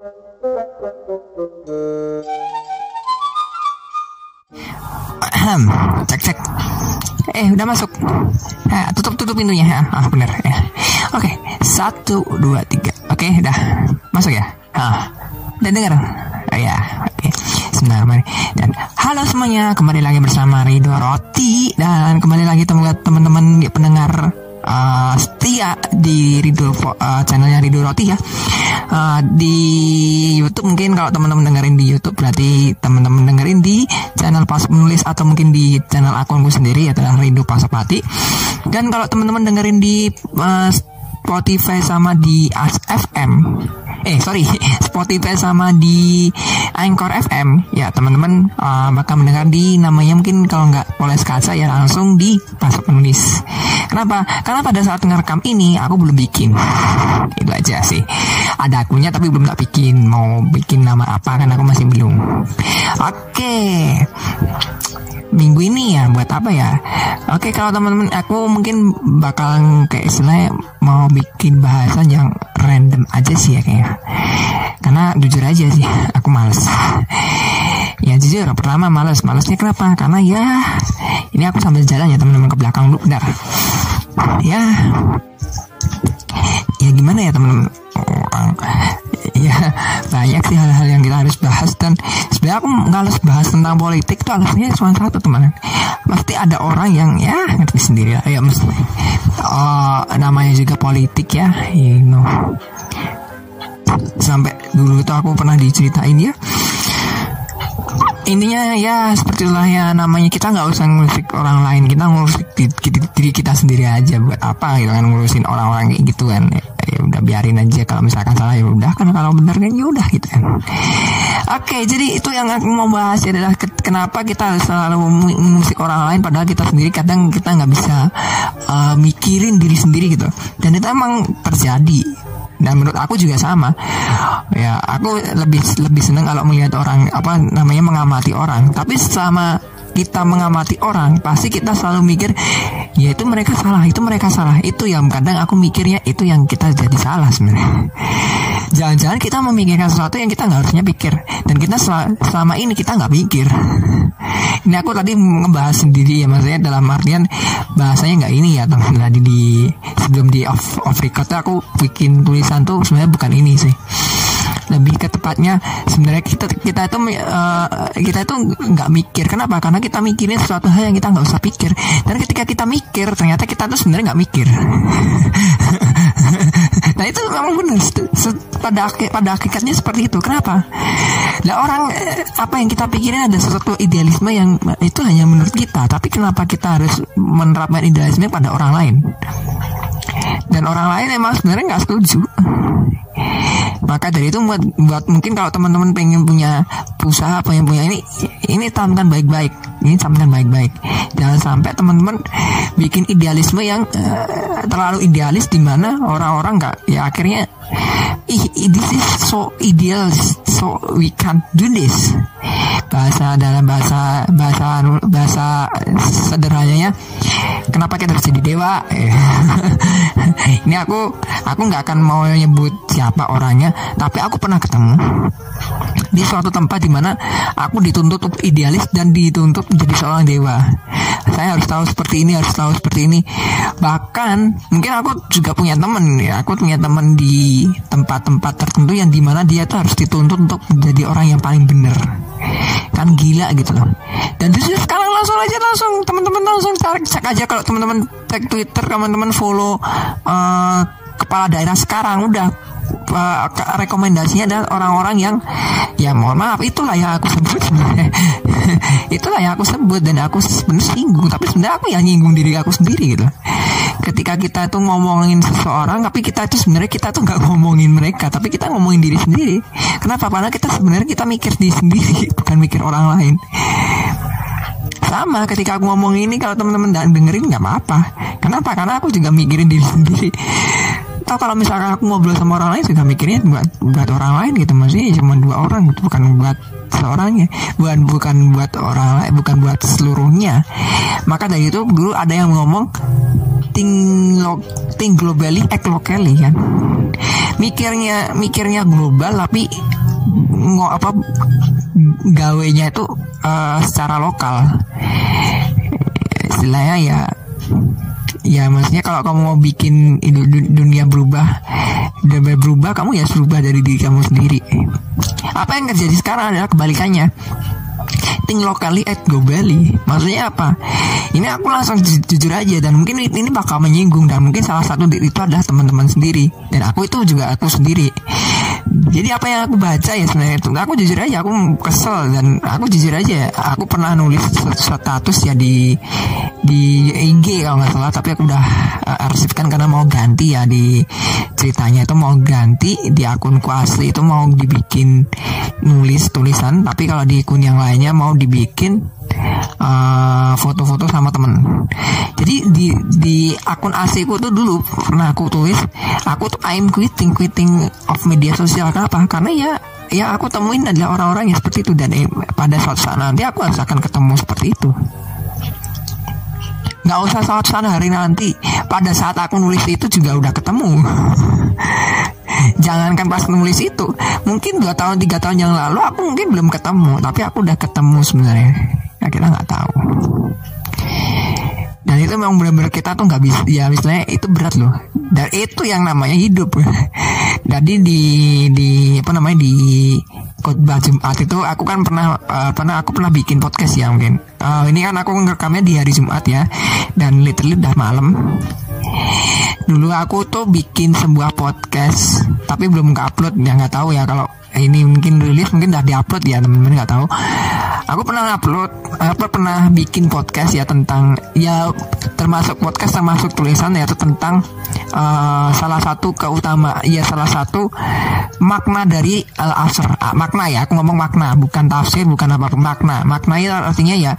Cek. Udah masuk. Tutup pintunya. Bener ya. Oke, 1, 2, 3. Oke, udah masuk ya. Udah denger? Ya, oke. Sebentar, mari. Dan halo semuanya, kembali lagi bersama Ridho Roti. Dan kembali lagi teman-teman pendengar setia di channelnya Ridho Roti ya. Di YouTube mungkin kalau teman-teman dengerin di YouTube berarti teman-teman dengerin di channel Pasok Menulis atau mungkin di channel akunku sendiri adalah Ridho Pasopati. Dan kalau teman-teman dengerin di Spotify sama di Spotify sama di Anchor FM ya teman-teman bakal mendengar di namanya mungkin kalau nggak Poles Kaca ya langsung di Pasok Menulis. Kenapa? Karena pada saat ngerekam ini aku belum bikin. Itu aja sih. Ada akunnya tapi belum tak bikin. Mau bikin nama apa kan aku masih belum. Oke. Minggu ini ya buat apa ya? Oke, kalau teman-teman aku mungkin bakal kayak istilahnya mau bikin bahasan yang random aja sih ya kayaknya. Karena jujur aja sih aku males. Ya jujur pertama malesnya kenapa? Karena ya ini aku sambil jalan ya teman-teman ke belakang dulu bentar. Ya gimana ya teman-teman, orang ya banyak sih hal-hal yang kita harus bahas. Dan sebenarnya aku nggak harus bahas tentang politik itu alasannya cuma satu teman, pasti ada orang yang ya ngerti sendiri lah ya mesti namanya juga politik ya, sampai dulu itu aku pernah diceritain ya. Intinya ya seperti itulah ya, namanya kita nggak usah ngurusik orang lain, kita ngurusik diri kita sendiri aja. Buat apa gitu kan ngurusin orang-orang kayak gitu kan. Ya udah biarin aja, kalau misalkan salah ya udah kan, kalau benar kan ya udah gitu kan. Oke, jadi itu yang aku mau bahas adalah kenapa kita harus selalu mengusik orang lain padahal kita sendiri kadang kita nggak bisa mikirin diri sendiri gitu. Dan itu emang terjadi. Dan menurut aku juga sama. Ya, aku lebih senang kalau melihat orang mengamati orang. Tapi selama kita mengamati orang, pasti kita selalu mikir, ya itu mereka salah. Itu yang kadang aku mikirnya itu yang kita jadi salah sebenarnya. Jangan-jangan kita memikirkan sesuatu yang kita nggak harusnya pikir, dan kita selama ini kita nggak mikir. Ini aku tadi ngebahas sendiri ya, maksudnya dalam artian bahasanya nggak ini ya, tadi sebelum di off record aku bikin tulisan tuh sebenarnya bukan ini sih. Lebih ke tepatnya sebenarnya kita itu nggak mikir. Kenapa? Karena kita mikirin sesuatu hal yang kita nggak usah pikir. Dan ketika kita mikir, ternyata kita tuh sebenarnya nggak mikir. Nah itu memang benar. Pada hakikatnya seperti itu. Kenapa? Nah orang apa yang kita pikirin ada sesuatu idealisme yang itu hanya menurut kita. Tapi kenapa kita harus menerapkan idealisme pada orang lain? Dan orang lain emang sebenarnya nggak setuju. Maka dari itu buat mungkin kalau teman-teman pengen punya usaha, pengen punya ini tampilkan baik-baik. Jangan sampai teman-teman bikin idealisme yang terlalu idealis, di mana orang-orang nggak, ya akhirnya this is so ideal, so we can't do this. Dalam bahasa sederhananya, kenapa kita harus jadi dewa? Ini aku nggak akan mau nyebut siapa orangnya, tapi aku pernah ketemu di suatu tempat di mana aku dituntut untuk idealis dan dituntut menjadi seorang dewa. Saya harus tahu seperti ini, bahkan mungkin aku juga punya teman ya, aku punya teman di tempat-tempat tertentu yang dimana dia tuh harus dituntut untuk menjadi orang yang paling benar. Kan gila gitu loh. Dan terus sekarang langsung teman-teman langsung cek aja, kalau teman-teman cek Twitter, teman-teman follow kepala daerah sekarang, udah rekomendasinya adalah orang-orang yang ya mohon maaf, itulah yang aku sebut sebenarnya. Itulah yang aku sebut, dan aku sebenarnya singgung, tapi sebenarnya aku yang nyinggung diri aku sendiri gitu. Ketika kita tuh ngomongin seseorang, tapi kita tuh sebenarnya kita tuh nggak ngomongin mereka, tapi kita ngomongin diri sendiri. Kenapa? Karena kita sebenarnya kita mikir diri sendiri, bukan mikir orang lain. Sama ketika aku ngomong ini, kalau teman-teman dengerin nggak apa-apa. Kenapa? Karena aku juga mikirin diri sendiri. Atau kalau misalkan aku ngobrol sama orang lain juga mikirnya buat orang lain gitu, maksudnya cuma 2 orang gitu, bukan buat seorangnya, bukan buat orang lain, bukan buat seluruhnya. Maka dari itu dulu ada yang ngomong think globally, act locally kan. Mikirnya global tapi gawenya itu secara lokal. Istilahnya ya maksudnya kalau kamu mau bikin dunia berubah, kamu ya harus berubah dari diri kamu sendiri. Apa yang terjadi sekarang adalah kebalikannya. Think locally, act globally. Maksudnya apa? Ini aku langsung jujur aja, dan mungkin ini bakal menyinggung, dan mungkin salah satu itu adalah teman-teman sendiri, dan aku itu juga aku sendiri. Jadi apa yang aku baca ya sebenarnya itu, aku jujur aja aku kesel, dan aku jujur aja aku pernah nulis status ya di IG kalau nggak salah, tapi aku udah arsipkan karena mau ganti ya, di ceritanya itu mau ganti di akunku asli itu mau dibikin nulis tulisan, tapi kalau di akun yang lainnya mau dibikin foto-foto sama temen. Jadi di akun asliku tuh dulu pernah aku tulis, aku tuh I'm quitting of media sosial. Kenapa? Karena ya aku temuin adalah orang-orang yang seperti itu, dan pada suatu saat nanti aku akan ketemu seperti itu. Nggak usah suatu saat hari nanti, pada saat aku nulis itu juga udah ketemu. Jangankan pas nulis itu, mungkin 2 tahun 3 tahun yang lalu aku mungkin belum ketemu, tapi aku udah ketemu sebenarnya. Ya kita nggak tahu. Dan itu memang benar-benar kita tuh nggak bisa, ya misalnya itu berat loh. Dan itu yang namanya hidup. Jadi di khotbah Jumat itu aku kan pernah bikin podcast ya mungkin. Ini kan aku ngerekamnya di hari Jumat ya, dan literally udah malam. Dulu aku tuh bikin sebuah podcast, tapi belum ke-upload ya, nggak tahu ya kalau ini mungkin rilis, mungkin udah di-upload ya teman-teman, nggak tahu. Aku pernah pernah bikin podcast ya tentang, ya termasuk podcast termasuk tulisan ya, itu tentang salah satu salah satu makna dari al-asr. Makna ya, aku ngomong makna, bukan tafsir, bukan apa, makna itu artinya ya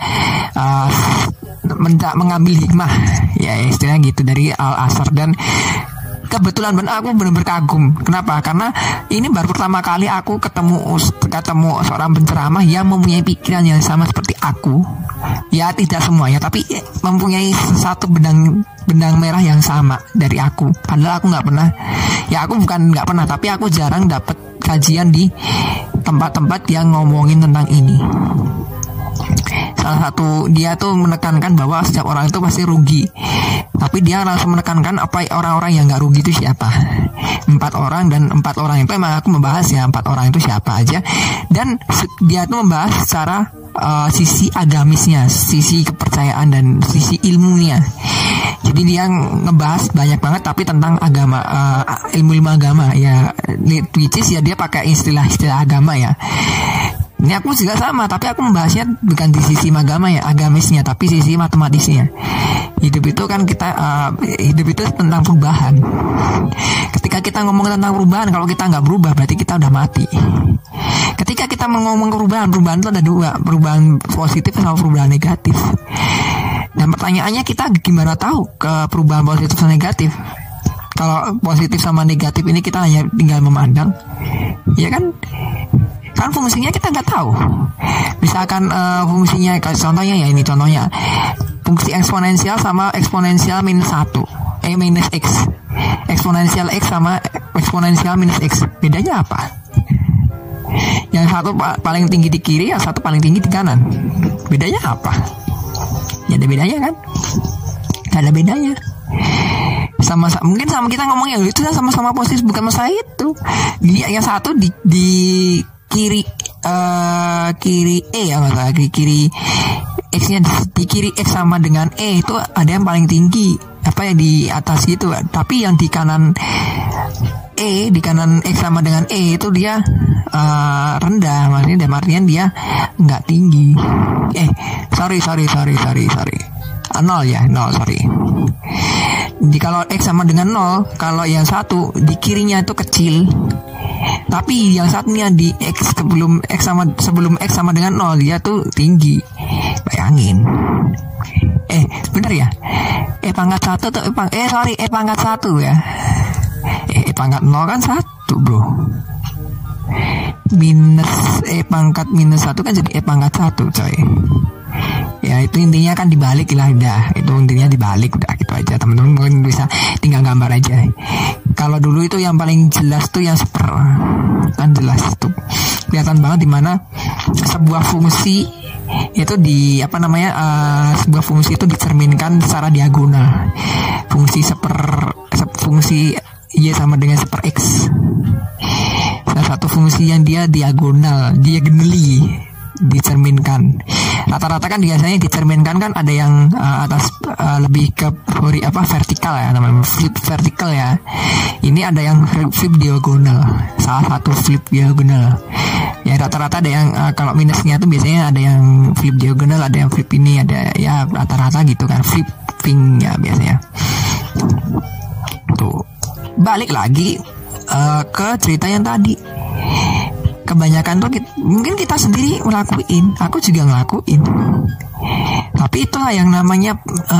mengambil hikmah ya, istilahnya gitu dari al-asr. Dan kebetulan aku benar-benar kagum. Kenapa? Karena ini baru pertama kali aku ketemu seorang penceramah yang mempunyai pikiran yang sama seperti aku. Ya tidak semuanya, tapi mempunyai satu benang merah yang sama dari aku. Padahal aku nggak pernah. Ya aku bukan nggak pernah, tapi aku jarang dapat kajian di tempat-tempat yang ngomongin tentang ini. Salah satu, dia tuh menekankan bahwa setiap orang itu pasti rugi, tapi dia langsung menekankan apa orang-orang yang gak rugi itu siapa. 4 orang, dan 4 orang itu emang aku membahas ya 4 orang itu siapa aja. Dan dia tuh membahas secara sisi agamisnya, sisi kepercayaan, dan sisi ilmunya. Jadi dia ngebahas banyak banget tapi tentang agama, ilmu agama ya, which is ya dia pakai istilah-istilah agama ya. Ini aku juga sama, tapi aku membahasnya bukan di sisi agama ya, agamisnya, tapi sisi matematisnya. Hidup itu kan hidup itu tentang perubahan. Ketika kita ngomong tentang perubahan, kalau kita nggak berubah berarti kita udah mati. Ketika kita ngomong perubahan itu ada 2, perubahan positif sama perubahan negatif. Dan pertanyaannya, kita gimana tahu ke perubahan positif sama negatif? Kalau positif sama negatif ini kita hanya tinggal memandang, ya kan fungsinya kita nggak tahu. Misalkan fungsinya, contohnya ya, ini contohnya fungsi eksponensial sama eksponensial minus 1, minus x, eksponensial x sama eksponensial minus x, bedanya apa? Yang satu paling tinggi di kiri, yang satu paling tinggi di kanan, bedanya apa? Ya ada bedanya kan? Gak ada bedanya. Mungkin sama kita ngomongnya itu sama-sama positif, bukan masalah itu. Dia yang satu di kiri ya, masalah kiri x-nya di kiri x sama dengan itu ada yang paling tinggi apa ya di atas gitu, tapi yang di kanan di kanan x sama dengan itu dia rendah, maksudnya dalam artian dia nggak tinggi. Sorry 0 ya, 0 sorry. Jadi kalau x sama dengan 0, kalau yang satu di kirinya itu kecil, tapi yang satunya di x sebelum x sama dengan 0 dia tuh tinggi. Bayangin. Bener ya? Pangkat 1 tuh pangkat 1 ya. Pangkat 0 kan 1 bro. Pangkat minus 1 kan jadi pangkat 1 coy. Ya itu intinya kan dibalik lah, udah. Itu intinya dibalik, udah gitu aja. aja, teman-teman mungkin bisa tinggal gambar aja. Kalau dulu itu yang paling jelas tuh yang super, kan jelas tuh kelihatan banget dimana sebuah fungsi itu sebuah fungsi itu dicerminkan secara diagonal. Fungsi Y sama dengan super X. Salah satu fungsi yang dia diagonally dicerminkan. Rata-rata kan biasanya dicerminkan kan ada yang atas lebih ke vertikal ya, namanya flip vertikal ya. Ini ada yang flip diagonal. Salah satu flip diagonal. Ya rata-rata ada yang kalau minusnya tuh biasanya ada yang flip diagonal, ada yang flip ini, ada ya rata-rata gitu kan, flipping ya biasanya. Tuh. Balik lagi ke cerita yang tadi. Kebanyakan tuh mungkin kita sendiri ngelakuin, aku juga ngelakuin. Tapi itulah yang namanya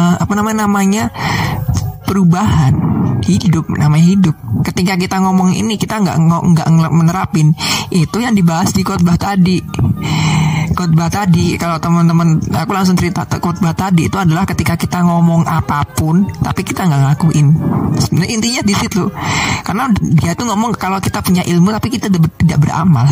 perubahan hidup, namanya hidup. Ketika kita ngomong ini kita nggak menerapin itu yang dibahas di khotbah tadi. Khotbah tadi, kalau teman-teman, aku langsung cerita khotbah tadi itu adalah ketika kita ngomong apapun tapi kita nggak ngelakuin. Sebenarnya intinya di situ, karena dia tuh ngomong kalau kita punya ilmu tapi kita tidak beramal.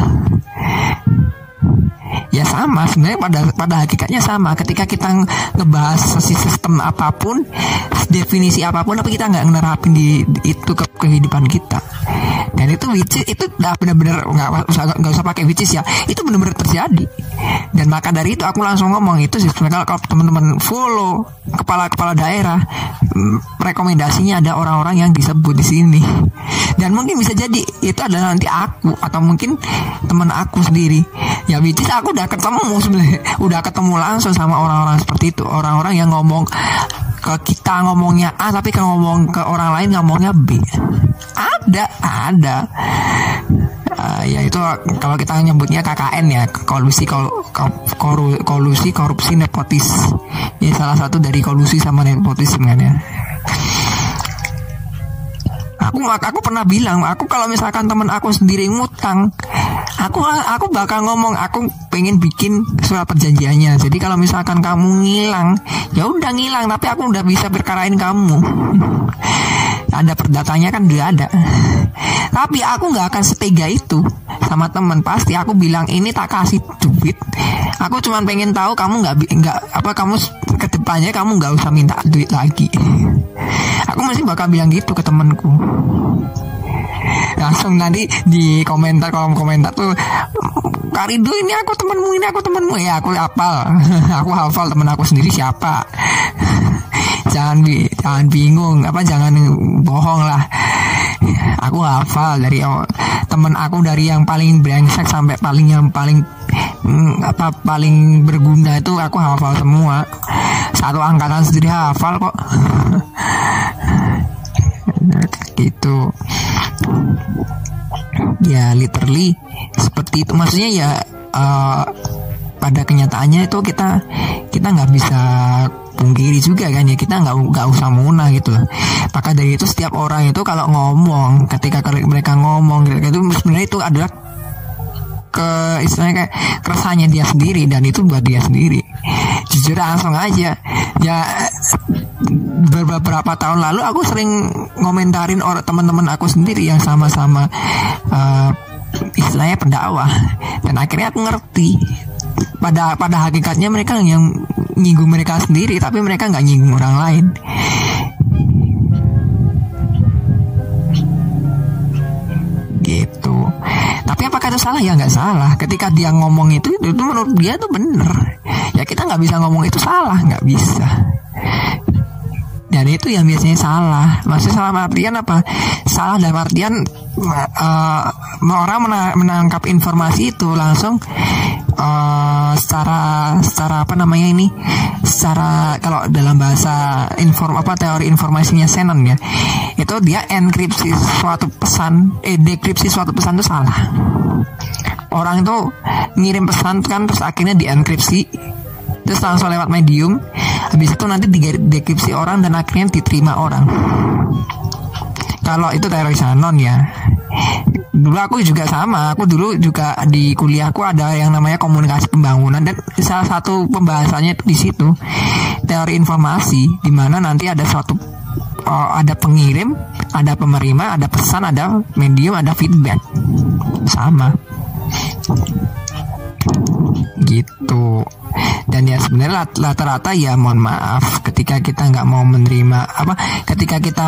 Ya sama, sebenarnya pada hakikatnya sama. Ketika kita ngebahas sistem apapun, definisi apapun, tapi kita nggak nerapin itu ke kehidupan kita. Dan itu itu udah benar-benar nggak usah pakai which is ya, itu benar-benar terjadi. Dan maka dari itu aku langsung ngomong itu sebenarnya kalau teman-teman follow kepala daerah, rekomendasinya ada orang-orang yang disebut di sini. Dan mungkin bisa jadi itu adalah nanti aku atau mungkin teman aku sendiri. Ya which is aku udah ketemu sebenarnya, udah ketemu langsung sama orang-orang seperti itu, orang-orang yang ngomong ke kita ngomongnya A tapi kalau ngomong ke orang lain ngomongnya B. Ada. Ya itu kalau kita nyebutnya KKN ya, kolusi korupsi nepotis. Ya salah satu dari kolusi sama nepotis sebenarnya. Aku pernah bilang, aku kalau misalkan teman aku sendiri ngutang, aku bakal ngomong aku pengen bikin surat perjanjiannya. Jadi kalau misalkan kamu ngilang, ya udah ngilang, tapi aku udah bisa perkarain kamu. Ada perdatanya kan udah ada. Tapi aku nggak akan setega itu sama teman. Pasti aku bilang ini tak kasih duit. Aku cuma pengen tahu kamu kamu kedepannya kamu nggak usah minta duit lagi. Aku masih bakal bilang gitu ke temanku. Langsung nanti di kolom komentar tuh, Karido ini aku temanmu ya, aku hafal. Aku hafal teman aku sendiri siapa. Jangan bingung, jangan bohong lah. Aku hafal dari teman aku, dari yang paling brengsek sampai paling berguna itu aku hafal semua. Satu angkatan sendiri hafal kok. Gitu. Ya literally seperti itu. Maksudnya ya pada kenyataannya itu kita nggak bisa pungkiri juga kan ya, kita nggak usah munah gitu. Maka dari itu setiap orang itu kalau ngomong, ketika mereka ngomong itu sebenarnya itu adalah istilahnya kayak keresahannya dia sendiri, dan itu buat dia sendiri. Jujur langsung aja ya, beberapa tahun lalu aku sering ngomentarin teman-teman aku sendiri yang sama-sama istilahnya pendakwah, dan akhirnya aku ngerti pada hakikatnya mereka yang nyinggung mereka sendiri, tapi mereka nggak nyinggung orang lain. Gitu. Tapi apakah itu salah? Ya nggak salah. Ketika dia ngomong itu menurut dia tuh bener. Ya kita nggak bisa ngomong itu salah, nggak bisa. Dan itu yang biasanya salah. Maksudnya salah artian apa? Salah dalam artian orang menangkap informasi itu langsung secara secara kalau dalam bahasa teori informasinya Shannon ya, itu dia enkripsi suatu pesan, dekripsi suatu pesan itu salah. Orang itu ngirim pesan kan, terus akhirnya dienkripsi, terus langsung lewat medium, habis itu nanti didekripsi orang dan akhirnya diterima orang. Kalau itu teori Shannon ya. Dulu aku juga sama. Aku dulu juga di kuliahku ada yang namanya komunikasi pembangunan, dan salah satu pembahasannya itu di situ teori informasi, di mana nanti ada suatu ada pengirim, ada penerima, ada pesan, ada medium, ada feedback, sama gitu. Dan ya sebenarnya rata-rata ya mohon maaf, ketika kita nggak mau menerima ketika kita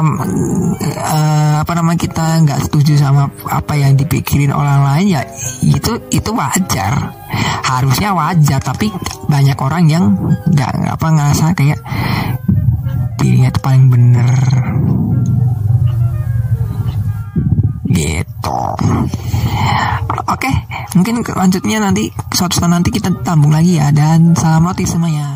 kita nggak setuju sama apa yang dipikirin orang lain, ya itu wajar, harusnya wajar. Tapi banyak orang yang nggak ngerasa kayak dirinya itu paling bener gitu. Oke, mungkin lanjutnya nanti suatu saat nanti kita tambung lagi ya. Dan salam roti semuanya.